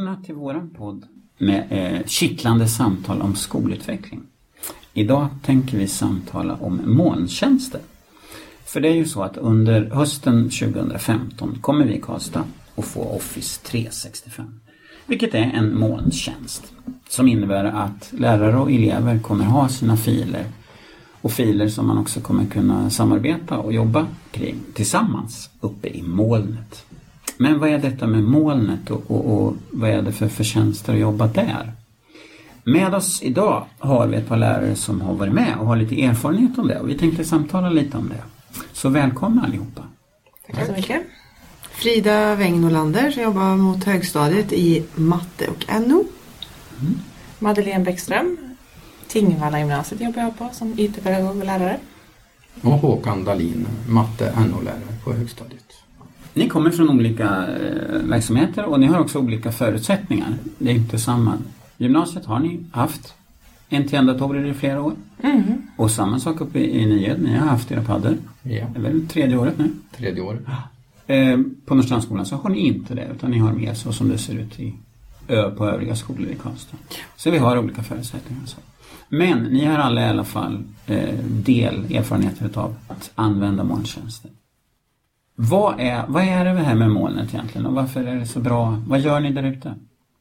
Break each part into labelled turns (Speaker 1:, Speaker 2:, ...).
Speaker 1: välkomna till våran podd med kittlande samtal om skolutveckling. Idag tänker vi samtala om molntjänster. För det är ju så att under hösten 2015 kommer vi i Karlstad att få Office 365. Vilket är en molntjänst som innebär att lärare och elever kommer ha sina filer. Och filer som man också kommer kunna samarbeta och jobba kring tillsammans uppe i molnet. Men vad är detta med molnet och vad är det för förtjänster att jobba där? Med oss idag har vi ett par lärare som har varit med och har lite erfarenhet om det. Och vi tänkte samtala lite om det. Så välkomna allihopa.
Speaker 2: Tack så mycket. Frida Wäng-Nolander som jobbar mot högstadiet i matte och NO.
Speaker 3: Madeleine Bäckström, Tingvalla gymnasiet jobbar jag på som IT-pedagog och lärare.
Speaker 4: Och Håkan Dahlin, matte NO-lärare på högstadiet.
Speaker 1: Ni kommer från olika verksamheter och ni har också olika förutsättningar. Det är inte samma. Gymnasiet har ni haft NTN-datorer i flera år.
Speaker 3: Mm.
Speaker 1: Och samma sak uppe i Nyed. Ni har haft era paddor.
Speaker 4: Ja.
Speaker 1: Det är väl 3:e året nu?
Speaker 4: 3:e året.
Speaker 1: På Norrstrandsskolan så har ni inte det, utan ni har mer så som det ser ut på övriga skolor i Karlstad. Så vi har olika förutsättningar. Så. Men ni har alla i alla fall erfarenheter av att använda molntjänster. Vad är det här med molnet egentligen och varför är det så bra? Vad gör ni där ute?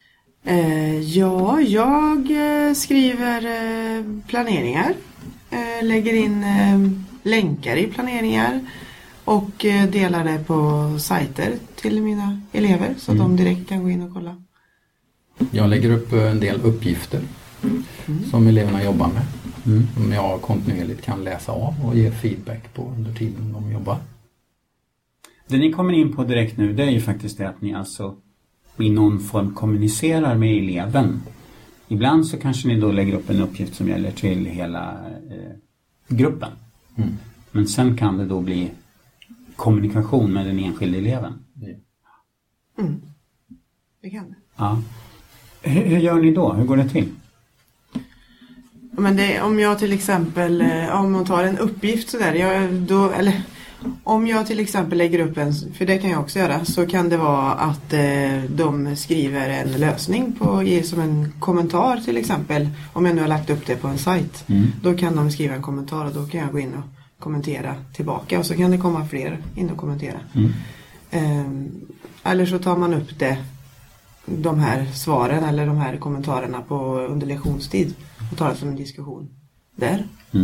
Speaker 2: Jag skriver planeringar, lägger in länkar i planeringar och delar det på sajter till mina elever så att de direkt kan gå in och kolla.
Speaker 4: Jag lägger upp en del uppgifter som eleverna jobbar med. Som jag kontinuerligt kan läsa av och ge feedback på under tiden de jobbar.
Speaker 1: Det ni kommer in på direkt nu, det är ju faktiskt det att ni alltså i någon form kommunicerar med eleven. Ibland så kanske ni då lägger upp en uppgift som gäller till hela gruppen. Men sen kan det då bli kommunikation med den enskilde eleven.
Speaker 2: Det kan det.
Speaker 1: Ja. Hur gör ni då? Hur går det till?
Speaker 2: Men om jag till exempel, om man tar en uppgift sådär, om jag till exempel lägger upp en, för det kan jag också göra, så kan det vara att de skriver en lösning som en kommentar till exempel. Om jag nu har lagt upp det på en sajt, då kan de skriva en kommentar och då kan jag gå in och kommentera tillbaka och så kan det komma fler in och kommentera. Eller så tar man upp de här svaren eller de här kommentarerna under lektionstid och tar det som en diskussion där.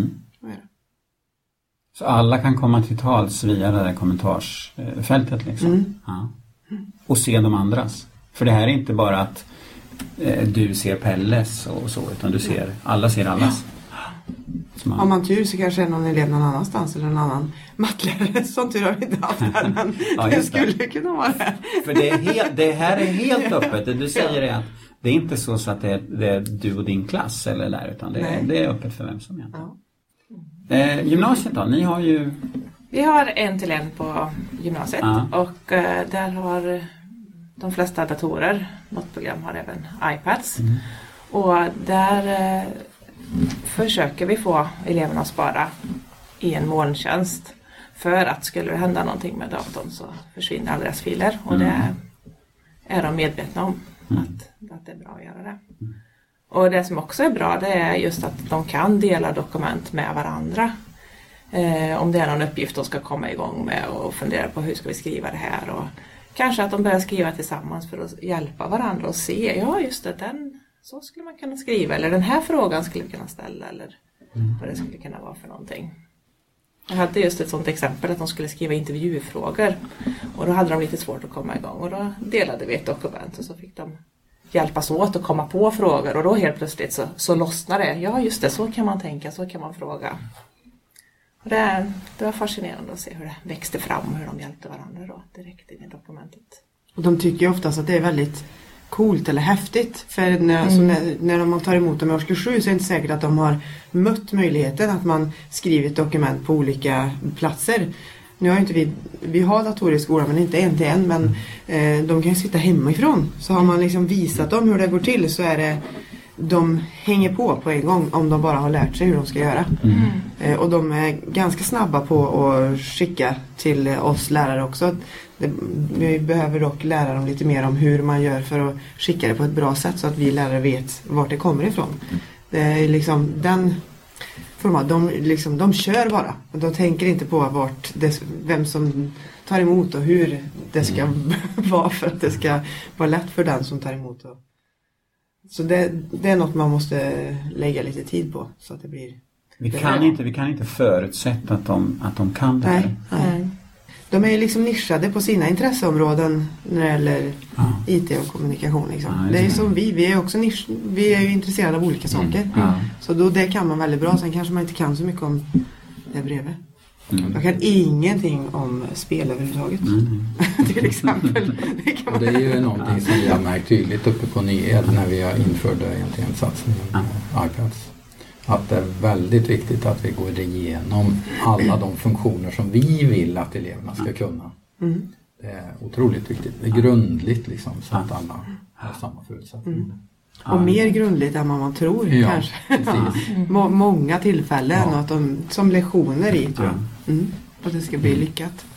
Speaker 1: Så alla kan komma till tals via det där kommentarsfältet liksom. Ja. Och se de andras. För det här är inte bara att du ser Pelles och så, utan alla ser allas.
Speaker 2: Om man tur så kanske är någon elev någon annanstans eller en annan mattlärare. Sånt tur har vi inte haft här, men det skulle kunna vara det.
Speaker 1: För det här är helt öppet. Det du säger är att det är inte så att det är du och din klass eller där, utan det är öppet för vem som helst. Gymnasiet då? Ni har ju...
Speaker 3: Vi har 1-1 på gymnasiet och där har de flesta datorer, något program har även iPads. Och där försöker vi få eleverna att spara i en molntjänst för att skulle det hända någonting med datorn så försvinner alla deras filer och det är de medvetna om att det är bra att göra det. Och det som också är bra, det är just att de kan dela dokument med varandra. Om det är någon uppgift de ska komma igång med och fundera på hur ska vi skriva det här. Och kanske att de börjar skriva tillsammans för att hjälpa varandra och se, ja just det, så skulle man kunna skriva. Eller den här frågan skulle vi kunna ställa. Eller vad det skulle kunna vara för någonting. Jag hade just ett sånt exempel att de skulle skriva intervjufrågor. Och då hade de lite svårt att komma igång. Och då delade vi ett dokument och så fick de hjälpas åt att komma på frågor. Och då helt plötsligt så lossnade det. Ja just det, så kan man tänka, så kan man fråga. Och det var fascinerande att se hur det växte fram och hur de hjälpte varandra då, direkt in i dokumentet.
Speaker 2: Och de tycker ju oftast att det är väldigt coolt eller häftigt. För när man tar emot dem i årskurs 7 så är det inte säkert att de har mött möjligheten att man skrivit dokument på olika platser. Nu har inte vi har datorer i skolan men inte 1-1, men de kan ju sitta hemifrån. Så har man liksom visat dem hur det går till så är det de hänger på en gång om de bara har lärt sig hur de ska göra. Och de är ganska snabba på att skicka till oss lärare också. Vi behöver dock lära dem lite mer om hur man gör för att skicka det på ett bra sätt så att vi lärare vet vart det kommer ifrån. Det är liksom den format, de kör bara. De tänker inte på vem som tar emot och hur det ska vara för att det ska vara lätt för den som tar emot. Så det är något man måste lägga lite tid på så att det blir.
Speaker 1: Vi kan inte förutsätta att de kan det här.
Speaker 2: Nej. De är ju liksom nischade på sina intresseområden när det gäller IT och kommunikation. Liksom. Det är som vi är också vi är ju intresserade av olika saker. Så då det kan man väldigt bra. Sen kanske man inte kan så mycket om det bredvid. Jag kan ingenting om spel överhuvudtaget. Till exempel.
Speaker 4: Det är ju någonting som vi har märkt tydligt uppe på Nyed när vi har införde egentligen satsningen med iPads. Att det är väldigt viktigt att vi går igenom alla de funktioner som vi vill att eleverna ska kunna. Det är otroligt viktigt. Det är grundligt liksom, så att alla har samma förutsättningar.
Speaker 2: Och mer grundligt än vad man tror kanske. Många tillfällen och att som lektioner i tror jag. Att det ska bli lyckat.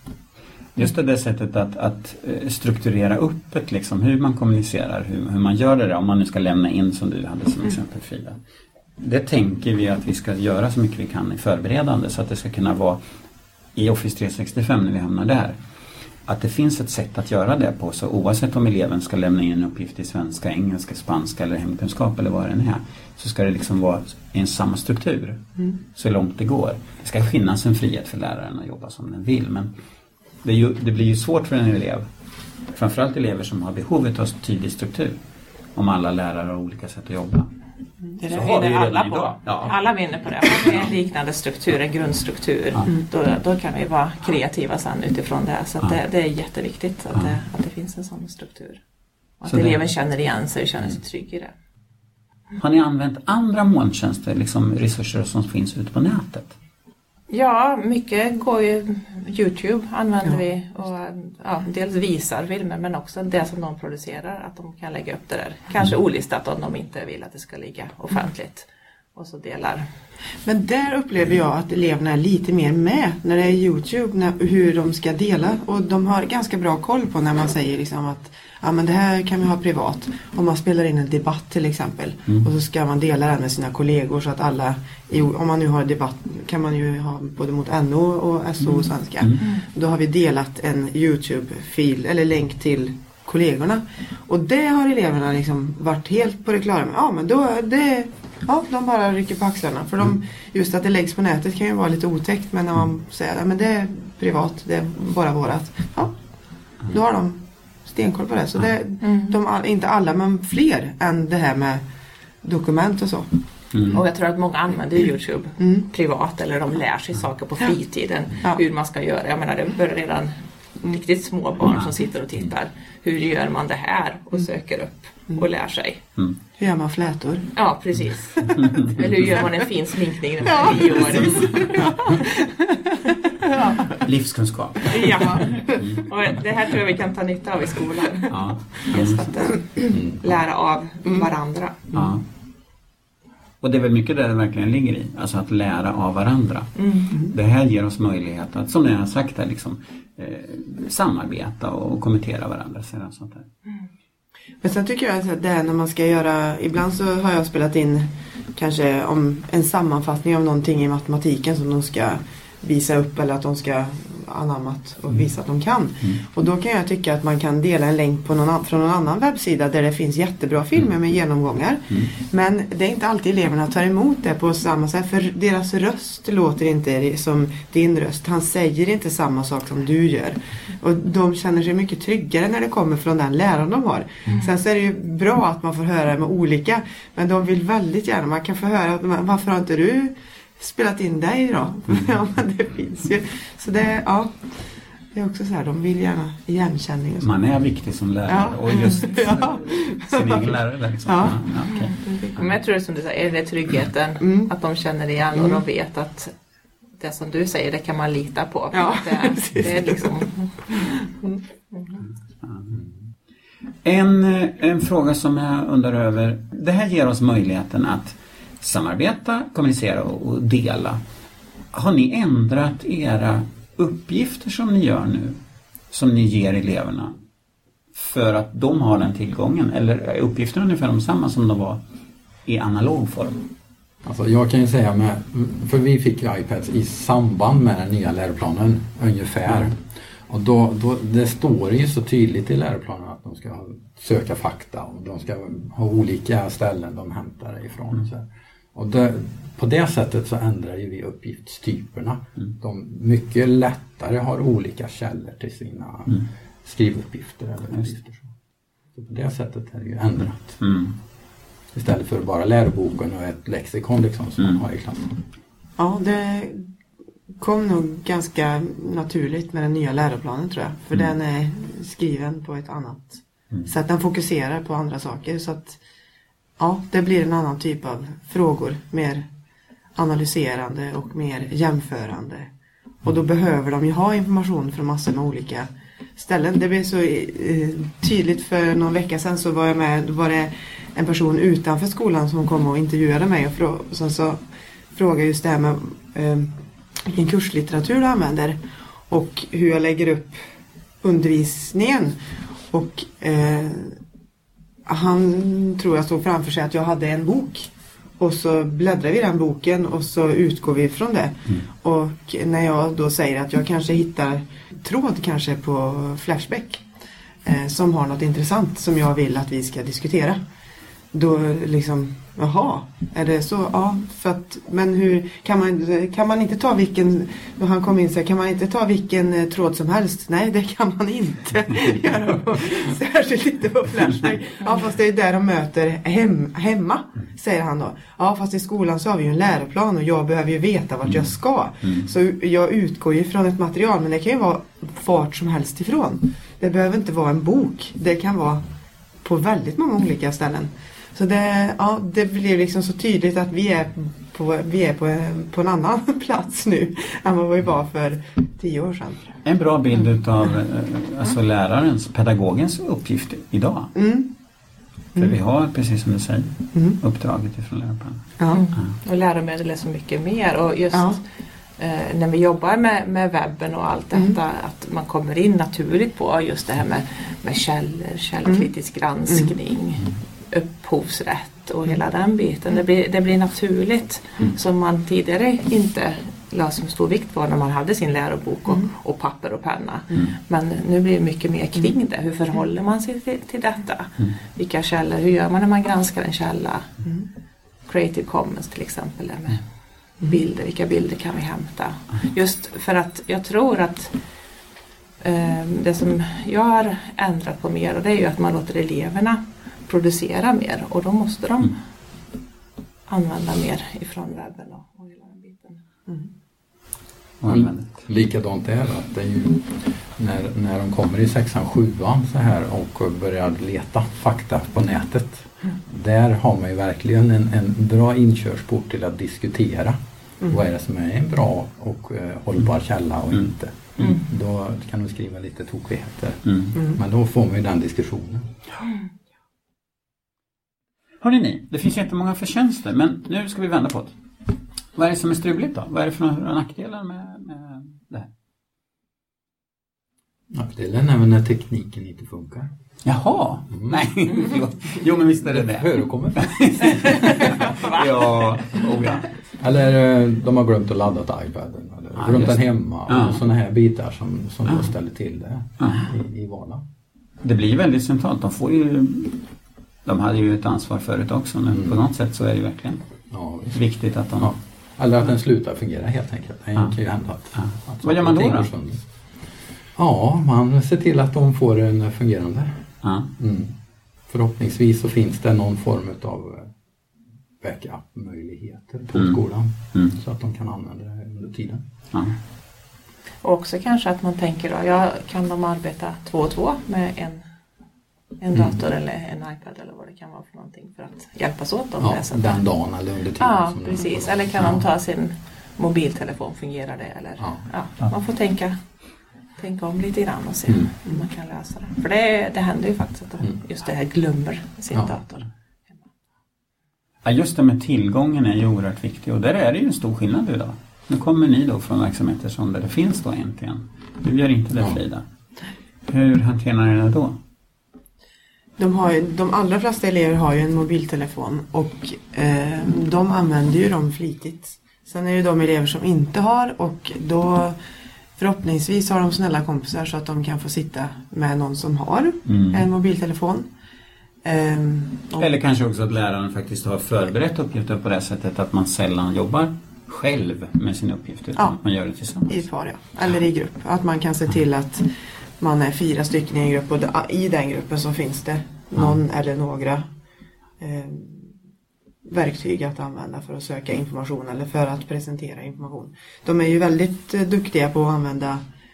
Speaker 1: Just det sättet att strukturera upp ett, liksom, hur man kommunicerar, hur man gör det där, om man nu ska lämna in som du hade som exempel Frida. Det tänker vi att vi ska göra så mycket vi kan i förberedande så att det ska kunna vara i Office 365 när vi hamnar där. Att det finns ett sätt att göra det på, så oavsett om eleven ska lämna in en uppgift i svenska, engelska, spanska eller hemkunskap eller vad det är, så ska det liksom vara i en samma struktur så långt det går. Det ska finnas en frihet för läraren att jobba som den vill, men det blir ju svårt för en elev, framförallt elever som har behovet av tydlig struktur, om alla lärare har olika sätt att jobba.
Speaker 3: Det vinner alla på. Alla vinner på det. Om det är en liknande struktur, en grundstruktur, då kan vi vara kreativa sen utifrån det. Så att det är jätteviktigt att det finns en sån struktur. Och att eleven känner igen sig och känner sig trygg i det.
Speaker 1: Har ni använt andra molntjänster, liksom resurser som finns ute på nätet?
Speaker 3: Ja, mycket går ju YouTube använder vi och dels visar filmer men också det som de producerar, att de kan lägga upp det där. Kanske olistat om de inte vill att det ska ligga offentligt och så delar.
Speaker 2: Men där upplever jag att eleverna är lite mer med när det är YouTube, hur de ska dela, och de har ganska bra koll på när man säger liksom att men det här kan vi ha privat. Om man spelar in en debatt till exempel och så ska man dela den med sina kollegor så att alla, om man nu har debatt kan man ju ha både mot NO och SO och svenska. Då har vi delat en YouTube-fil eller länk till kollegorna. Och det har eleverna liksom varit helt på det klara med. Men då de bara rycker på axlarna. För just att det läggs på nätet kan ju vara lite otäckt, men när man säger men det är privat, det är bara vårat. Då har de stenkoll på det. Så det inte alla, men fler än det här med dokument och så.
Speaker 3: Och jag tror att många använder YouTube privat, eller de lär sig saker på fritiden hur man ska göra. Jag menar, det börjar redan riktigt små barn som sitter och tittar. Hur gör man det här? Och söker upp och lär sig.
Speaker 2: Hur gör man flätor?
Speaker 3: Ja, precis. Eller hur gör man en fin sminkning när man är 9 år?
Speaker 1: Livskunskap.
Speaker 3: Ja, och det här tror jag vi kan ta nytta av i skolan. Just att lära av varandra.
Speaker 1: Och det är väl mycket där det verkligen ligger i. Alltså att lära av varandra. Det här ger oss möjlighet att, som ni har sagt här, liksom, samarbeta och kommentera varandra. Sånt här.
Speaker 2: Men sen tycker jag att det är när man ska göra, ibland så har jag spelat in kanske om en sammanfattning av någonting i matematiken som de ska visa upp, eller att de ska anammat och visa att de kan. Och då kan jag tycka att man kan dela en länk på från någon annan webbsida där det finns jättebra filmer med genomgångar. Men det är inte alltid eleverna tar emot det på samma sätt, för deras röst låter inte som din röst. Han säger inte samma sak som du gör. Och de känner sig mycket tryggare när det kommer från den läraren de har. Sen så är det ju bra att man får höra med olika, men de vill väldigt gärna, man kan få höra att varför har inte du spelat in dig då? Ja, men det finns ju. Så det är också så här, de vill gärna igenkänning och så.
Speaker 1: Man är viktig som lärare och just sin egen lärare liksom.
Speaker 3: Okay. Men jag tror det som du säger, är det tryggheten att de känner igen och de vet att det som du säger, det kan man lita på. Det är liksom
Speaker 1: En fråga som jag undrar över, det här ger oss möjligheten att samarbeta, kommunicera och dela. Har ni ändrat era uppgifter som ni gör nu, som ni ger eleverna, för att de har den tillgången? Eller är uppgifterna ungefär de samma som de var i analog form?
Speaker 4: Alltså jag kan ju säga för vi fick ju iPads i samband med den nya läroplanen ungefär. Och då det står ju så tydligt i läroplanen att de ska söka fakta och de ska ha olika ställen de hämtar det ifrån. Och på det sättet så ändrar ju vi uppgiftstyperna. De mycket lättare har olika källor till sina skrivuppgifter eller uppgifter. Så på det sättet är det ju ändrat. Istället för bara läroboken och ett lexikon liksom, som man har i klassen.
Speaker 2: Ja, det kom nog ganska naturligt med den nya läroplanen, tror jag. För den är skriven på ett annat sätt. Den fokuserar på andra saker. Så att ja, det blir en annan typ av frågor. Mer analyserande och mer jämförande. Och då behöver de ju ha information från massor med olika ställen. Det blev så tydligt för någon vecka sedan, så var det en person utanför skolan som kom och intervjuade mig. Och sen så frågade just det här med vilken kurslitteratur du använder och hur jag lägger upp undervisningen. Och han tror jag stod framför sig att jag hade en bok. Och så bläddrar vi den boken och så utgår vi från det. Och när jag då säger att jag kanske hittar tråd kanske på Flashback som har något intressant som jag vill att vi ska diskutera. Då liksom, jaha, är det så? Ja, för att, men hur kan man inte ta vilken, då han kom in så här, kan man inte ta vilken tråd som helst? Nej, det kan man inte göra på, särskilt inte på Flashback. Ja, fast det är där de möter hemma, säger han då. Ja, fast i skolan så har vi ju en läroplan och jag behöver ju veta vart jag ska. Så jag utgår ju från ett material, men det kan ju vara vart som helst ifrån. Det behöver inte vara en bok. Det kan vara på väldigt många olika ställen. Så det blir liksom så tydligt att vi är på en annan plats nu än vad vi var för 10 år sedan.
Speaker 1: En bra bild av alltså lärarens, pedagogens uppgift idag. För vi har, precis som du säger, uppdraget ifrån läroplanen.
Speaker 3: Och läromedel är så mycket mer. Och just när vi jobbar med webben och allt detta, att man kommer in naturligt på just det här med källkritisk granskning, upphovsrätt och hela den biten. Det blir naturligt som man tidigare inte la så stor vikt på när man hade sin lärobok och papper och penna. Men nu blir det mycket mer kring det. Hur förhåller man sig till detta? Vilka källor? Hur gör man när man granskar en källa? Creative Commons till exempel med bilder. Vilka bilder kan vi hämta? Just för att jag tror att det som jag har ändrat på mer, och det är ju att man låter eleverna producera mer, och då måste de använda mer ifrån webben och hela den biten.
Speaker 4: Likadant är att det är ju när de kommer i 6:an, 7:an så här och börjar leta fakta på nätet. Där har man ju verkligen en bra inkörsport till att diskutera vad är det som är en bra och hållbar källa och inte. Då kan de skriva lite tokigheter. Men då får man ju den diskussionen.
Speaker 1: Hörrni ni, det finns jättemånga förtjänster, men nu ska vi vända på det. Vad är det som är struligt då? Vad är det för några nackdelar med det här?
Speaker 4: Nackdelen är väl när tekniken inte funkar.
Speaker 1: Jaha, nej, jo men visst är det
Speaker 4: förekommer.
Speaker 1: ja.
Speaker 4: Eller de har glömt att ladda iPaden eller glömt den hemma och sådana här bitar som då ställer till det i vardagen.
Speaker 1: Det blir väldigt centralt. De hade ju ett ansvar förut också, men på något sätt så är det verkligen viktigt att de...
Speaker 4: Eller att den slutar fungera helt enkelt. Det kan ju hända att
Speaker 1: vad gör man då?
Speaker 4: Ja, man ser till att de får en fungerande. Förhoppningsvis så finns det någon form av backup-möjligheter på skolan så att de kan använda det under tiden.
Speaker 3: Och också kanske att man tänker då, kan de arbeta 2 och 2 med en dator eller en iPad eller vad det kan vara för någonting för att hjälpas åt dem.
Speaker 4: Den dagen eller under tiden.
Speaker 3: Ja, precis. Eller kan de ta sin mobiltelefon, fungerar det? Eller, man får tänka om lite grann och se hur man kan lösa det. För det händer ju faktiskt att de just det här glömmer sin dator.
Speaker 1: Ja, just det med tillgången är ju oerhört viktig och där är det ju en stor skillnad idag. Nu kommer ni då från verksamheter som där det finns då egentligen. Du gör inte det, Frida. Hur hanterar ni det då?
Speaker 2: De allra flesta elever har ju en mobiltelefon och de använder ju dem flitigt. Sen är det de elever som inte har och då förhoppningsvis har de snälla kompisar så att de kan få sitta med någon som har en mobiltelefon.
Speaker 1: Eller kanske också att läraren faktiskt har förberett uppgifter på det sättet att man sällan jobbar själv med sin uppgift utan att man gör det tillsammans.
Speaker 2: I ett par, ja. Eller i grupp. Att man kan se till att man är 4 stycken i en grupp och i den gruppen så finns det någon eller några verktyg att använda för att söka information eller för att presentera information. De är ju väldigt duktiga på att använda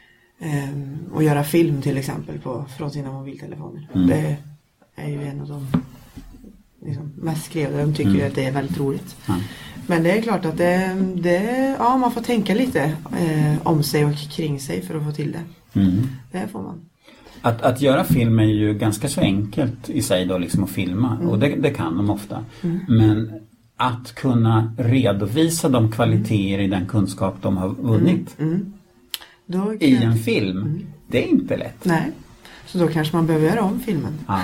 Speaker 2: och göra film till exempel från sina mobiltelefoner. Det är ju en av de liksom, mest kreativa. De tycker att det är väldigt roligt. Men det är klart att man får tänka lite om sig och kring sig för att få till det. Det får man.
Speaker 1: Att göra film är ju ganska så enkelt i sig då liksom att filma och det kan de ofta. Men att kunna redovisa de kvaliteter i den kunskap de har vunnit i en film, det är inte lätt.
Speaker 2: Nej. Så då kanske man behöver göra om filmen.
Speaker 1: Ja.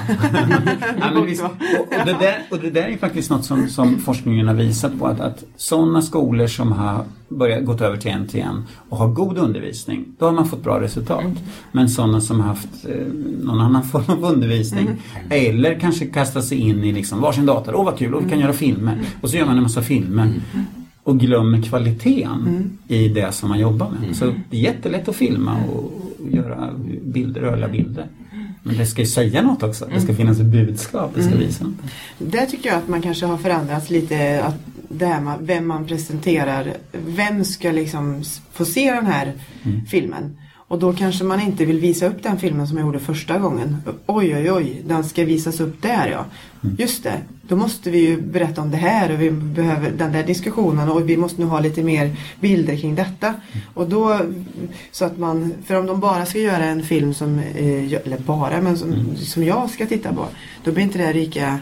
Speaker 1: Men visst, och det där är faktiskt något som forskningen har visat på att sådana skolor som har gått över till en och har god undervisning, då har man fått bra resultat. Men sådana som har haft någon annan form av undervisning eller kanske kastat sig in i liksom varsin dator, vad kul, och vi kan göra filmer. Och så gör man en massa filmer och glömmer kvaliteten i det som man jobbar med. Så det är jättelätt att filma och göra bilder, rörliga bilder. Men det ska ju säga något också. Det ska finnas ett budskap, det ska visa något.
Speaker 2: Där tycker jag att man kanske har förändrats lite, att det här med vem man presenterar, vem ska liksom få se den här filmen. Och då kanske man inte vill visa upp den filmen som jag gjorde första gången. Oj, den ska visas upp där, ja. Just det, då måste vi ju berätta om det här och vi behöver den där diskussionen och vi måste nu ha lite mer bilder kring detta. Och då, så att man, för om de bara ska göra en film som, eller bara, men som jag ska titta på, då blir inte det lika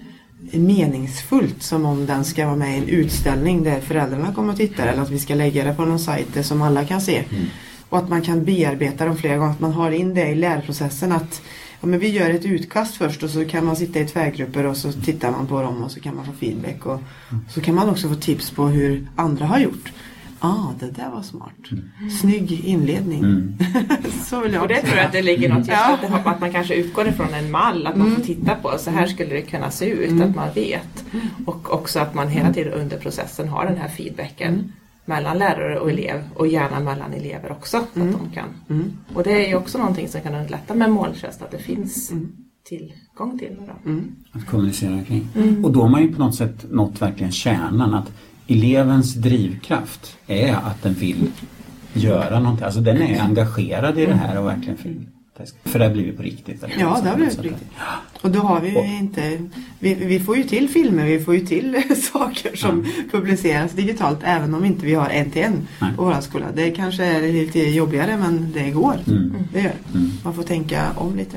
Speaker 2: meningsfullt som om den ska vara med i en utställning där föräldrarna kommer att titta, eller att vi ska lägga det på någon sajt som alla kan se. Och att man kan bearbeta dem flera gånger. Att man har in det i lärprocessen. Att men vi gör ett utkast först. Och så kan man sitta i tvärgrupper. Och så tittar man på dem. Och så kan man få feedback. Och så kan man också få tips på hur andra har gjort. Det där var smart. Snygg inledning. Så vill jag.
Speaker 3: Och det tror jag att det ligger något just att man kanske utgår ifrån en mall. Att man får titta på. Så här skulle det kunna se ut. Att man vet. Och också att man hela tiden under processen har den här feedbacken. Mellan lärare och elev och gärna mellan elever också så att de kan. Och det är ju också någonting som kan underlätta med måltjänst, att det finns tillgång till det.
Speaker 1: Att kommunicera kring. Och då har man ju på något sätt nått verkligen kärnan, att elevens drivkraft är att den vill göra någonting. Alltså den är engagerad i det här och verkligen vill. För det har blivit på riktigt.
Speaker 2: Ja, det har blivit på riktigt. Och då har vi ju inte... Vi får ju till filmer, vi får ju till saker som publiceras digitalt, även om inte vi har en-till-en på vår skola. Det kanske är lite jobbigare, men det går. Det gör. Man får tänka om lite.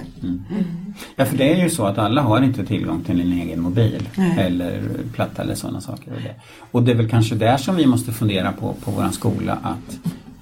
Speaker 1: Ja, för det är ju så att alla har inte tillgång till en egen mobil eller platta eller sådana saker. Och det är väl kanske där som vi måste fundera på vår skola, att...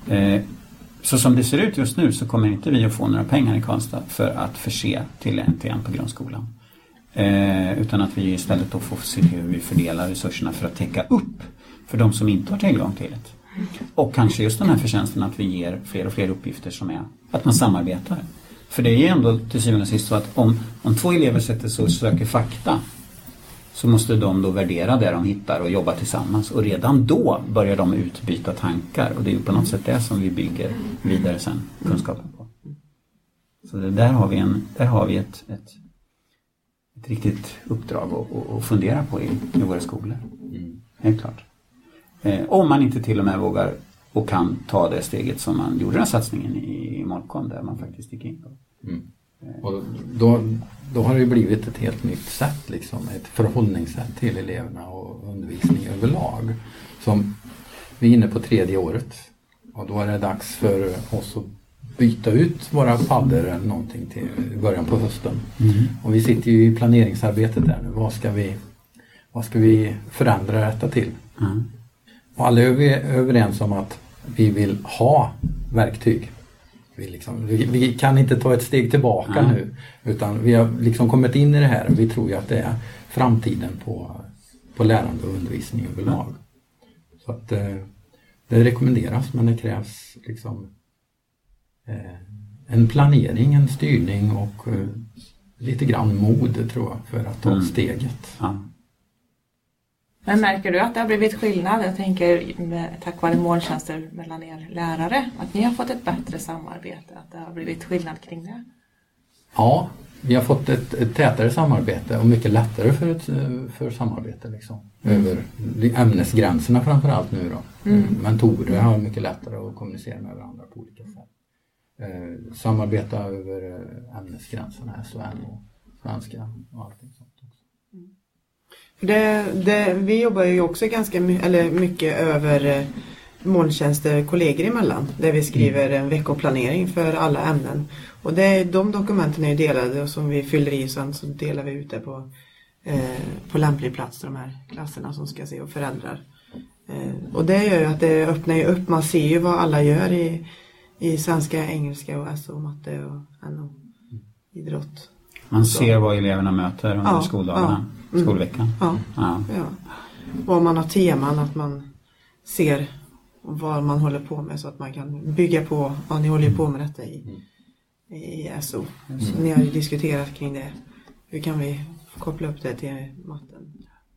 Speaker 1: Så som det ser ut just nu så kommer inte vi att få några pengar i Karlstad för att förse till en på grundskolan. Utan att vi istället då får se till hur vi fördelar resurserna för att täcka upp för de som inte har tillgång till det. Och kanske just den här förtjänsten att vi ger fler och fler uppgifter som är att man samarbetar. För det är ju ändå till syvende och sist så att om 2 elever sätter sig och söker fakta, så måste de då värdera det de hittar och jobba tillsammans. Och redan då börjar de utbyta tankar. Och det är ju på något sätt det som vi bygger vidare sen kunskapen på. Så där har vi ett riktigt uppdrag att fundera på i våra skolor. Helt klart. Om man inte till och med vågar och kan ta det steget som man gjorde den satsningen i Molkom, där man faktiskt gick in på.
Speaker 4: Och då har det ju blivit ett helt nytt sätt, liksom, ett förhållningssätt till eleverna och undervisning överlag. Som vi är inne på 3:e året, och då är det dags för oss att byta ut våra paddor eller någonting till början på hösten. Och vi sitter ju i planeringsarbetet där nu. vad ska vi förändra detta till? Och alla är överens om att vi vill ha verktyg. Vi kan inte ta ett steg tillbaka nu, utan vi har liksom kommit in i det här och vi tror ju att det är framtiden på lärande och undervisning överlag. Så att det rekommenderas, men det krävs liksom en planering, en styrning och lite grann mod, tror jag, för att ta steget.
Speaker 3: Men märker du att det har blivit skillnad? Jag tänker tack vare molntjänster mellan er lärare, att ni har fått ett bättre samarbete, att det har blivit skillnad kring det?
Speaker 4: Ja, vi har fått ett tätare samarbete och mycket lättare för samarbete liksom. Över ämnesgränserna framförallt nu då. Mentorer har mycket lättare att kommunicera med varandra på olika sätt. Samarbeta över ämnesgränserna, SON och svenska och allting sånt också.
Speaker 2: Vi jobbar ju också ganska mycket över molntjänster kollegor emellan, där vi skriver en veckoplanering för alla ämnen. Och de dokumenten är ju delade, och som vi fyller i sen så delar vi ut det på lämplig plats till de här klasserna som ska se, och föräldrar. Och det gör ju att det öppnar ju upp, man ser ju vad alla gör i svenska, engelska och SO, matte och NO, idrott.
Speaker 1: Man ser vad eleverna möter under skoldagarna, skolveckan.
Speaker 2: Ja. Vad man har teman, att man ser vad man håller på med, så att man kan bygga på vad ni håller på med detta i SO. Så ni har ju diskuterat kring det. Hur kan vi koppla upp det till matten?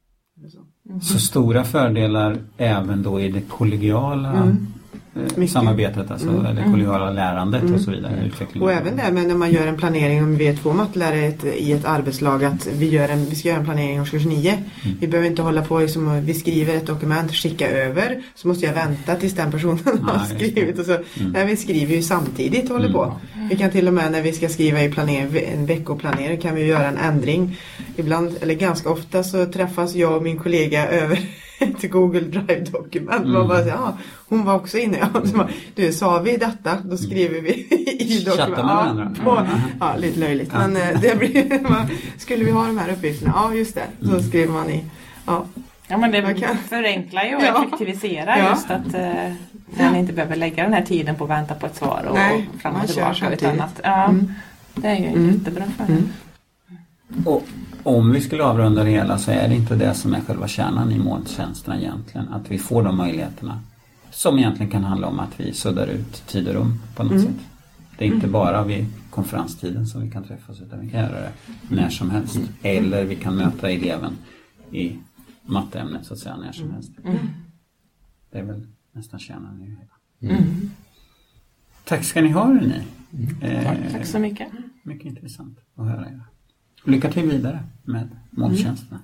Speaker 1: Så stora fördelar även då i det kollegiala samarbetet, alltså det kollegiala lärandet och så vidare.
Speaker 2: Och även det, men när man gör en planering, om vi är 2 mattelärare i ett arbetslag, att vi ska göra en planering i årskurs 9. Vi behöver inte hålla på vi skriver ett dokument, skicka över, så måste jag vänta tills den personen har skrivit. Och så, när vi skriver ju samtidigt håller på. Vi kan till och med när vi ska skriva en veckoplanering kan vi göra en ändring. Ibland, eller ganska ofta, så träffas jag och min kollega över ett Google Drive-dokument. Man bara säger, hon var också inne. Du, sa vi detta, då skriver vi i dokument. Lite löjligt. Men det blir, skulle vi ha de här uppgifterna? Ja, just det. Så skriver man i. Ja,
Speaker 3: men det förenklar ju och effektiviserar just att man inte behöver lägga den här tiden på att vänta på ett svar och fram och tillbaka. Utan att, det är ju jättebra för det.
Speaker 1: Och om vi skulle avrunda det hela, så är det inte det som är själva kärnan i molntjänsterna egentligen. Att vi får de möjligheterna som egentligen kan handla om att vi suddar ut tid och rum på något sätt. Det är inte bara vid konferenstiden som vi kan träffas, utan vi kan göra det när som helst. Eller vi kan möta eleven i matteämnet så att säga när som helst. Det är väl nästan kärnan i det hela. Tack ska ni ha, ni.
Speaker 3: Tack så mycket.
Speaker 1: Mycket intressant att höra er. Lycka till vidare med molntjänsterna.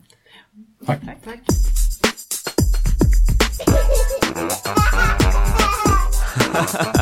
Speaker 4: Tack.